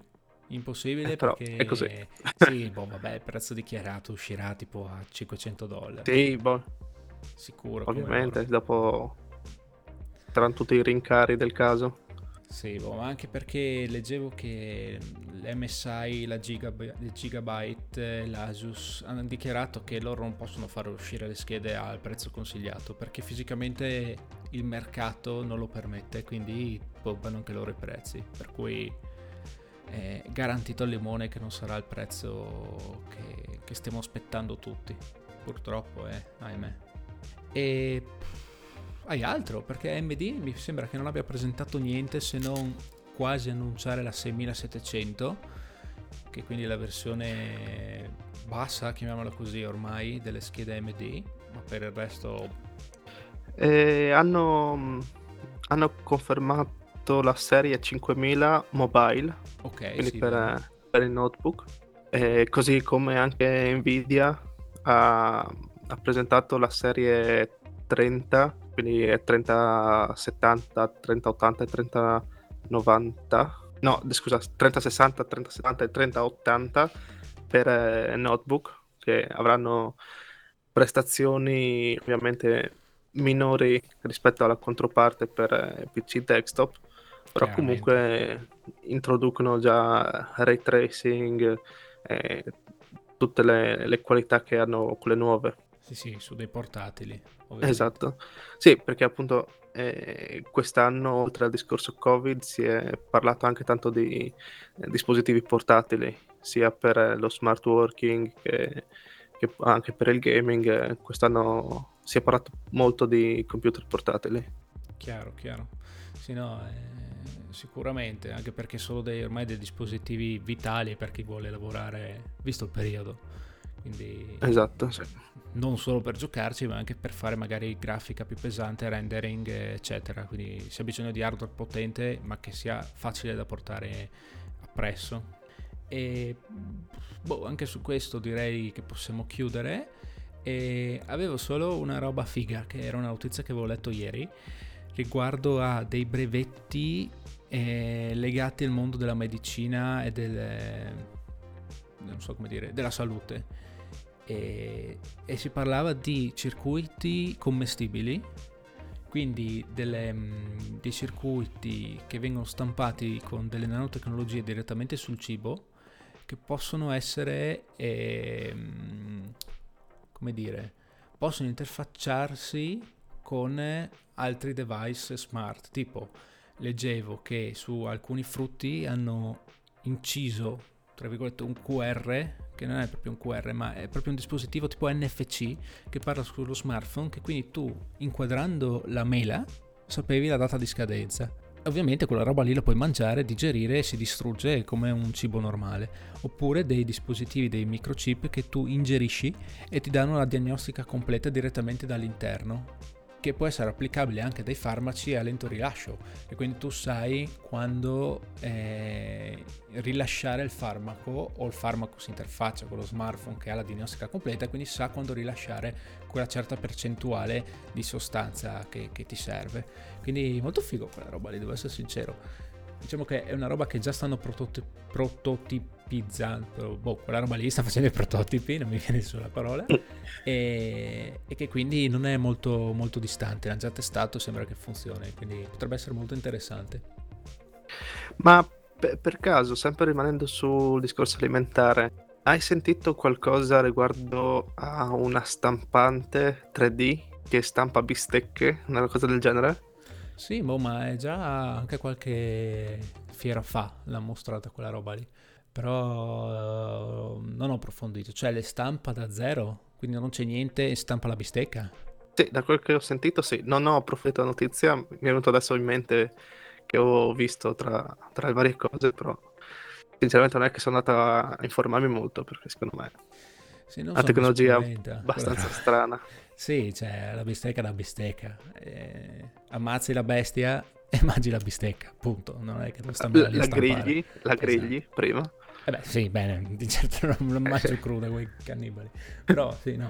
Eh, Impossibile però è così. perché sì, boh, vabbè, il prezzo dichiarato uscirà tipo a cinquecento dollari, Sì, boh, sicuro come loro. ovviamente, dopo saranno tutti i rincari del caso. Sì, boh, ma anche perché leggevo che l'M S I, la Gigabyte, il Gigabyte, e l'Asus hanno dichiarato che loro non possono fare uscire le schede al prezzo consigliato perché fisicamente il mercato non lo permette, quindi pompano anche loro i prezzi, per cui è garantito al limone che non sarà il prezzo che, che stiamo aspettando tutti, purtroppo, eh, ahimè. E hai altro? Perché A M D mi sembra che non abbia presentato niente se non quasi annunciare la seimilasettecento, che quindi è la versione bassa, chiamiamola così ormai, delle schede A M D, ma per il resto E hanno, hanno confermato la serie cinquemila mobile, ok, quindi sì, per, vedo. per il notebook, e così come anche Nvidia ha, ha presentato la serie trenta, quindi è trenta settanta, trenta ottanta e trenta novanta. No, scusa, trenta sessanta, trenta settanta e trenta ottanta per eh, notebook, che avranno prestazioni ovviamente minori rispetto alla controparte per eh, P C desktop, però Chiaramente. comunque introducono già ray tracing e tutte le, le qualità che hanno quelle nuove. Sì, sì, su dei portatili, ovviamente. Esatto, sì, perché appunto eh, quest'anno, oltre al discorso Covid, si è parlato anche tanto di eh, dispositivi portatili, sia per eh, lo smart working che, che anche per il gaming. Eh, quest'anno si è parlato molto di computer portatili. Chiaro, chiaro. Sì, no, eh, sicuramente, anche perché sono dei, ormai dei dispositivi vitali per chi vuole lavorare, visto il periodo. Quindi Esatto, sì. non solo per giocarci, ma anche per fare magari grafica più pesante, rendering, eccetera. Quindi si ha bisogno di hardware potente, ma che sia facile da portare appresso. E boh, anche su questo direi che possiamo chiudere. E avevo solo una roba figa, che era una notizia che avevo letto ieri, riguardo a dei brevetti eh, legati al mondo della medicina e del, non so come dire, della salute. E, e si parlava di circuiti commestibili, quindi delle, mh, dei circuiti che vengono stampati con delle nanotecnologie direttamente sul cibo, che possono essere, ehm, come dire, possono interfacciarsi con altri device smart. Tipo, leggevo che su alcuni frutti hanno inciso, tra virgolette, un Q R, che non è proprio un Q R, ma è proprio un dispositivo tipo N F C che parla sullo smartphone, che quindi tu, inquadrando la mela, sapevi la data di scadenza. Ovviamente quella roba lì la puoi mangiare, digerire e si distrugge come un cibo normale. Oppure dei dispositivi, dei microchip che tu ingerisci e ti danno la diagnostica completa direttamente dall'interno, che può essere applicabile anche dai farmaci a lento rilascio, e quindi tu sai quando eh, rilasciare il farmaco, o il farmaco si interfaccia con lo smartphone che ha la diagnostica completa, quindi sa quando rilasciare quella certa percentuale di sostanza che, che ti serve. Quindi molto figo quella roba lì, devo essere sincero. Diciamo che è una roba che già stanno prototi- prototipizzando, boh, quella roba lì sta facendo i prototipi, non mi viene sulla parola, e, e che quindi non è molto, molto distante, l'hanno già testato, sembra che funzioni, quindi potrebbe essere molto interessante. Ma pe- per caso, sempre rimanendo sul discorso alimentare, hai sentito qualcosa riguardo a una stampante tre D che stampa bistecche, una cosa del genere? Sì, boh, ma è già anche qualche fiera fa l'ha mostrata quella roba lì, però eh, non ho approfondito, cioè le stampa da zero, quindi non c'è niente e stampa la bistecca. Sì, da quel che ho sentito, sì. Non ho approfondito la notizia, mi è venuto adesso in mente che ho visto tra, tra le varie cose, però sinceramente non è che sono andata a informarmi molto, perché secondo me è Sì, non una so, mi tecnologia spaventa quella abbastanza roba. strana. Sì, cioè la bistecca è la bistecca. Eh, ammazzi la bestia e mangi la bistecca, punto. Non è che devo starmela La, lì a la stampare. grigli, la Esatto. grigli prima. Eh beh, sì, bene, di certo non la mangio cruda quei cannibali. Però sì, no.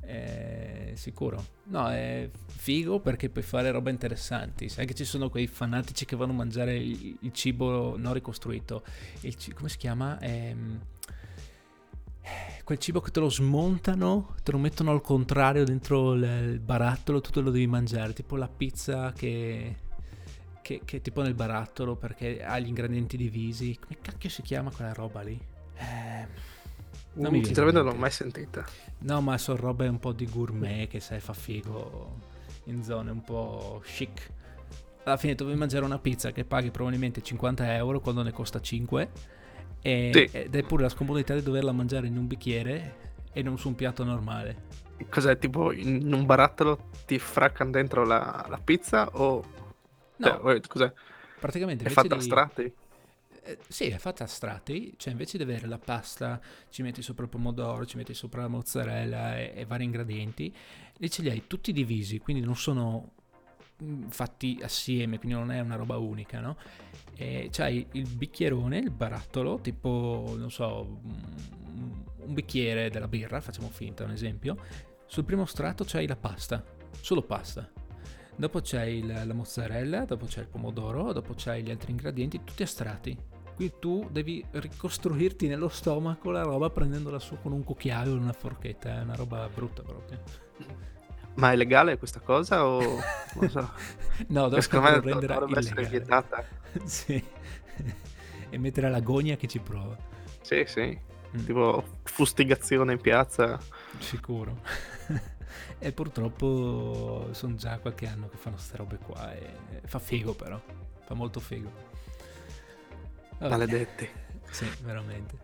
Eh, sicuro. No, è figo perché puoi fare robe interessanti. Sai che ci sono quei fanatici che vanno a mangiare il, il cibo non ricostruito. Il ci- come si chiama? Ehm, quel cibo che te lo smontano, te lo mettono al contrario dentro il, il barattolo, tu te lo devi mangiare. Tipo la pizza che, che, che è tipo nel barattolo perché ha gli ingredienti divisi. Come cacchio si chiama quella roba lì? Eh, non mi Uh, viene in sinceramente non l'ho mente. mai sentita. No, ma sono robe un po' di gourmet che sai fa figo in zone un po' chic. Alla fine dovevi mangiare una pizza che paghi probabilmente cinquanta euro quando ne costa cinque e, Sì, ed è pure la scomodità di doverla mangiare in un bicchiere e non su un piatto normale. cos'è? Tipo in un barattolo ti fraccano dentro la, la pizza o... Cioè, No, wait, cos'è? praticamente È invece fatta a di... strati? eh, sì, è fatta a strati, cioè invece di avere la pasta ci metti sopra il pomodoro, ci metti sopra la mozzarella e, e vari ingredienti, lì ce li hai tutti divisi, quindi non sono mm, fatti assieme, quindi non è una roba unica, no? E c'hai il bicchierone, il barattolo, tipo, non so, mm, un bicchiere della birra, facciamo finta, un esempio. Sul primo strato c'hai la pasta, solo pasta. Dopo c'hai la, la mozzarella, dopo c'è il pomodoro, dopo c'hai gli altri ingredienti, tutti a strati. Qui tu devi ricostruirti nello stomaco la roba prendendola su con un cucchiaio o una forchetta, è una roba brutta proprio. Ma è legale questa cosa o... non lo so. No, Che secondo dovrebbero me do- renderla dovrebbe essere illegale. vietata. Sì. E mettere l'agonia che ci prova. Sì, sì. Mm, Tipo fustigazione in piazza. sicuro. E purtroppo sono già qualche anno che fanno queste robe qua e fa figo però. Fa molto figo. Vabbè. Maledetti. Sì, veramente.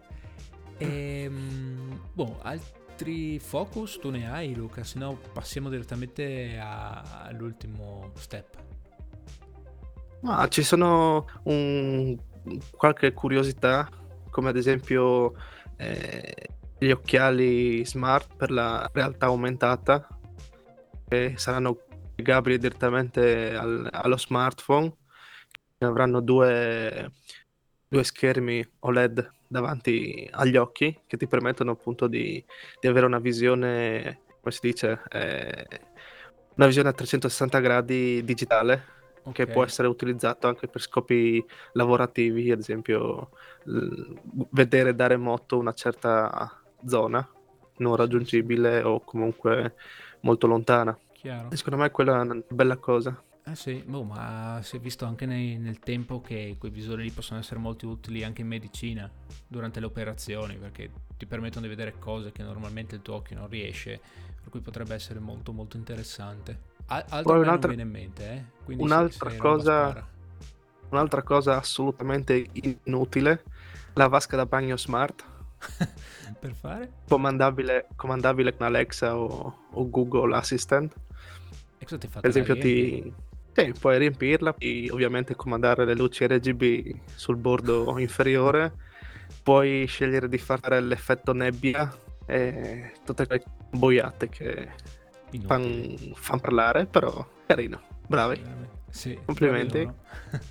Ehm, boh, altri focus tu ne hai, Luca? Se no passiamo direttamente a- all'ultimo step. Ma ci sono un- qualche curiosità, come ad esempio eh, gli occhiali smart per la realtà aumentata, che saranno collegabili direttamente al- allo smartphone, che avranno due, due schermi O L E D davanti agli occhi, che ti permettono appunto di, di avere una visione, come si dice, eh, una visione a trecentosessanta gradi digitale, che può Ok, essere utilizzato anche per scopi lavorativi, ad esempio l- vedere da remoto una certa zona non sì, sì, raggiungibile o comunque molto lontana. chiaro. E secondo me quella è una bella cosa. Eh sì, boh, ma si è visto anche nei- nel tempo che quei visori lì possono essere molto utili anche in medicina, durante le operazioni, perché ti permettono di vedere cose che normalmente il tuo occhio non riesce, per cui potrebbe essere molto molto interessante. Al- altro a Poi me non un'altra, viene in mente, eh? Quindi se, un'altra se roba cosa, spara. un'altra cosa assolutamente inutile, la vasca da bagno smart, Per fare? comandabile, comandabile con Alexa o, o Google Assistant. E cosa ti fa? Per Te la esempio, riempi? ti, sì, puoi riempirla, puoi ovviamente comandare le luci R G B sul bordo inferiore, puoi scegliere di fare l'effetto nebbia e tutte quelle boiate che Inutili. fanno parlare, però carino, Sì, bravi, veramente. Sì, bravi complimenti, loro.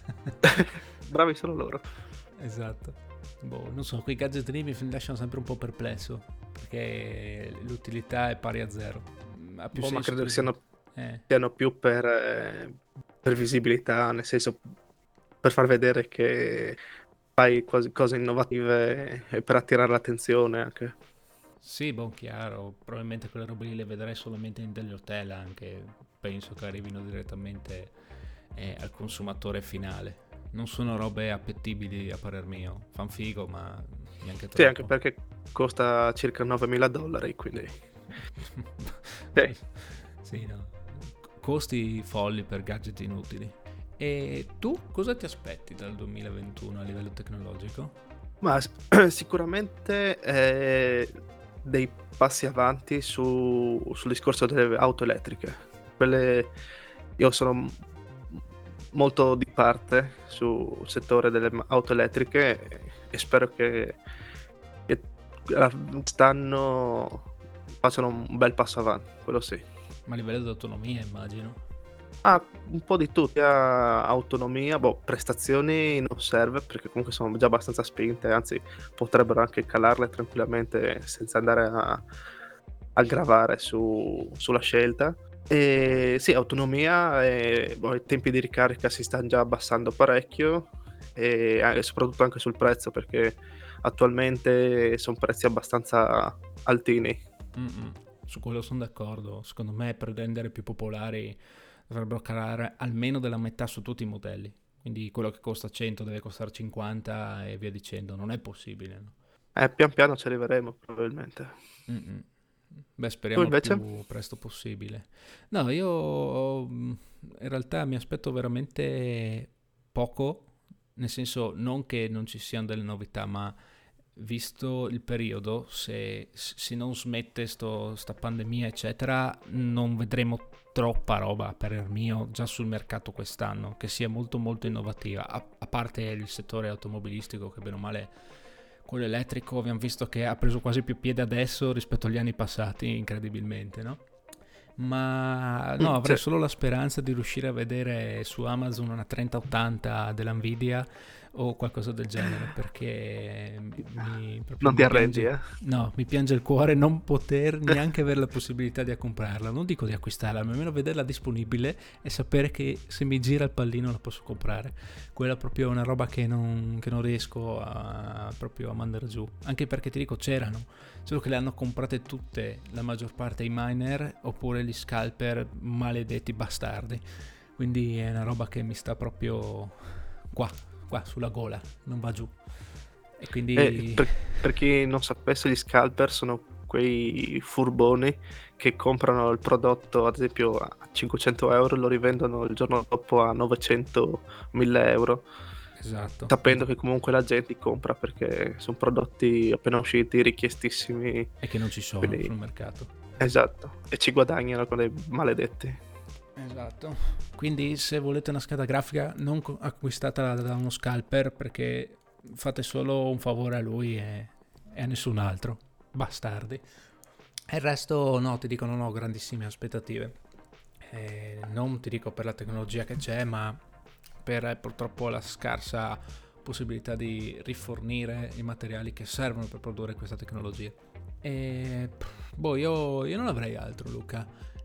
bravi solo loro. Esatto. Boh, non so, quei gadget lì mi lasciano sempre un po' perplesso, perché l'utilità è pari a zero. Ha più Boh, ma senso, credo per che esempio. siano, Eh, siano più per, eh, per visibilità, nel senso per far vedere che fai cose, cose innovative e per attirare l'attenzione anche. sì, boh, chiaro, probabilmente quelle robe lì le vedrai solamente in degli hotel anche, penso che arrivino direttamente eh, al consumatore finale. Non sono robe appetibili a parer mio, fan figo, ma neanche Sì, anche troppo. perché costa circa novemila dollari, quindi sì. Sì, no. Costi folli per gadget inutili. E tu cosa ti aspetti dal duemilaventuno a livello tecnologico? Ma s- sicuramente eh, dei passi avanti su- sul discorso delle auto elettriche. Quelle, io sono m- molto di parte sul settore delle ma- auto elettriche e, e spero che, che eh, quest'anno facciano un bel passo avanti, quello sì. Ma a livello di autonomia, immagino. Ah, un po' di tutto, sia autonomia, boh, prestazioni non serve perché comunque sono già abbastanza spinte, anzi potrebbero anche calarle tranquillamente senza andare a, aggravare su, sulla scelta. E sì, autonomia e boh, i tempi di ricarica si stanno già abbassando parecchio, e anche- soprattutto anche sul prezzo, perché attualmente sono prezzi abbastanza altini. Mm-mm. Su quello sono d'accordo. Secondo me per rendere più popolari dovrebbero calare almeno della metà su tutti i modelli. Quindi quello che costa cento deve costare cinquanta e via dicendo. Non è possibile, no? Eh, pian piano ci arriveremo probabilmente. Mm-mm. Beh, Tu speriamo il invece? più presto possibile. No, io mm, in realtà mi aspetto veramente poco, nel senso non che non ci siano delle novità, ma visto il periodo, se, se non smette sto, sta pandemia, eccetera, non vedremo troppa roba a parer mio già sul mercato quest'anno, che sia molto molto innovativa, a, a parte il settore automobilistico che bene o male quello elettrico abbiamo visto che ha preso quasi più piede adesso rispetto agli anni passati, incredibilmente, no? Ma no, Mm, avrei sì. solo la speranza di riuscire a vedere su Amazon una trenta ottanta della Nvidia o qualcosa del genere, perché mi, proprio Non ti mi arrendi, piange, eh? no, mi piange il cuore non poter neanche avere la possibilità di comprarla, non dico di acquistarla, ma almeno vederla disponibile e sapere che se mi gira il pallino la posso comprare. Quella proprio è una roba che non, che non riesco a, proprio a mandare giù, anche perché ti dico c'erano, solo che le hanno comprate tutte, la maggior parte i miner oppure gli scalper maledetti bastardi, quindi è una roba che mi sta proprio qua, qua sulla gola, non va giù. E E quindi per, per chi non sapesse, gli scalper sono quei furboni che comprano il prodotto, ad esempio, a cinquecento euro e lo rivendono il giorno dopo a novecento mille euro, esatto, sapendo che comunque la gente li compra perché sono prodotti appena usciti, richiestissimi. e che non ci sono Quindi, sul mercato. esatto, e ci guadagnano con dei maledetti. Esatto. Quindi se volete una scheda grafica non co- acquistatela da uno scalper perché fate solo un favore a lui e, e a nessun altro. Bastardi. E il resto no, ti dico non ho grandissime aspettative. Eh, non ti dico per la tecnologia che c'è, ma per eh, purtroppo la scarsa possibilità di rifornire i materiali che servono per produrre questa tecnologia. E pff, boh, io, io non avrei altro, Luca.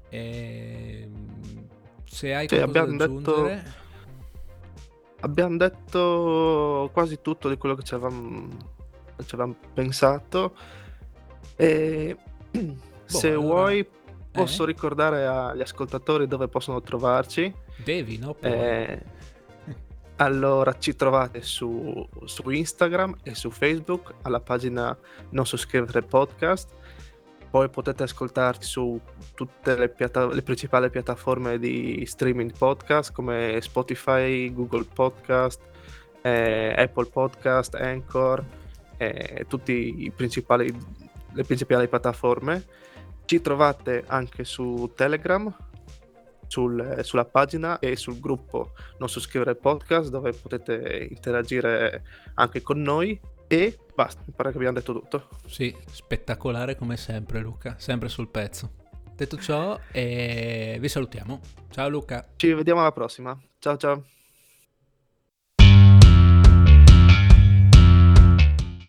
E, se hai Cioè, qualcosa da abbiamo detto, aggiungere, abbiamo detto quasi tutto di quello che ci avevamo, ci avevamo pensato. E boh, se allora, vuoi, eh, posso ricordare agli ascoltatori dove possono trovarci. devi, no? Puoi. Eh, allora, ci trovate su, su Instagram e su Facebook alla pagina Non Soscrivere Podcast. Poi potete ascoltarci su tutte le, piatta- le principali piattaforme di streaming podcast come Spotify, Google Podcast, eh, Apple Podcast, Anchor, eh, tutte i principali, le principali piattaforme. Ci trovate anche su Telegram, sul- sulla pagina e sul gruppo Non Soscrivere Podcast, dove potete interagire anche con noi. E basta, mi pare che abbiamo detto tutto. Sì, spettacolare come sempre, Luca, sempre sul pezzo. Detto ciò, eh, vi salutiamo. Ciao Luca. Ci vediamo alla prossima. Ciao ciao.